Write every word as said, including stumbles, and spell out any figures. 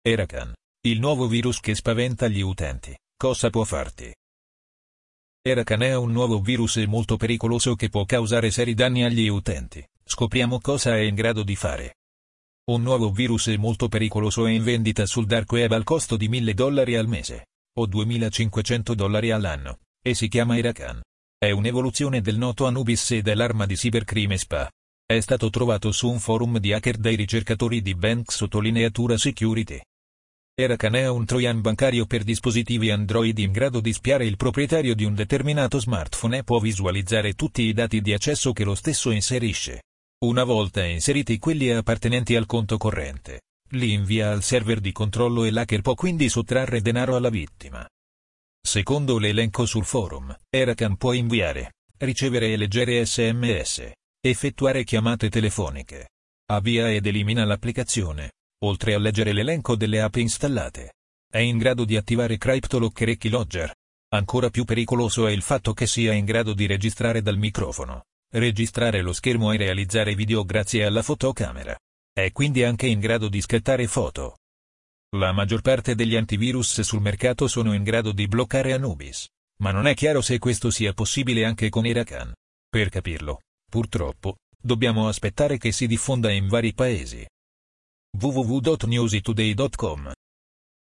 Eracan, il nuovo virus che spaventa gli utenti, cosa può farti? Eracan è un nuovo virus molto pericoloso che può causare seri danni agli utenti. Scopriamo cosa è in grado di fare. Un nuovo virus molto pericoloso è in vendita sul dark web al costo di mille dollari al mese, o duemilacinquecento dollari all'anno, e si chiama Eracan. È un'evoluzione del noto Anubis e dell'arma di cybercrime S P A. È stato trovato su un forum di hacker dai ricercatori di Bank sottolineatura Security. Eracan è un trojan bancario per dispositivi Android in grado di spiare il proprietario di un determinato smartphone e può visualizzare tutti i dati di accesso che lo stesso inserisce. Una volta inseriti quelli appartenenti al conto corrente, li invia al server di controllo e l'hacker può quindi sottrarre denaro alla vittima. Secondo l'elenco sul forum, Eracan può inviare, ricevere e leggere S M S, effettuare chiamate telefoniche. Avvia ed elimina l'applicazione, oltre a leggere l'elenco delle app installate. È in grado di attivare CryptoLocker e Keylogger. Ancora più pericoloso è il fatto che sia in grado di registrare dal microfono, registrare lo schermo e realizzare video grazie alla fotocamera. È quindi anche in grado di scattare foto. La maggior parte degli antivirus sul mercato sono in grado di bloccare Anubis, ma non è chiaro se questo sia possibile anche con Eracan. Per capirlo, purtroppo, dobbiamo aspettare che si diffonda in vari paesi. w w w punto newsitoday punto com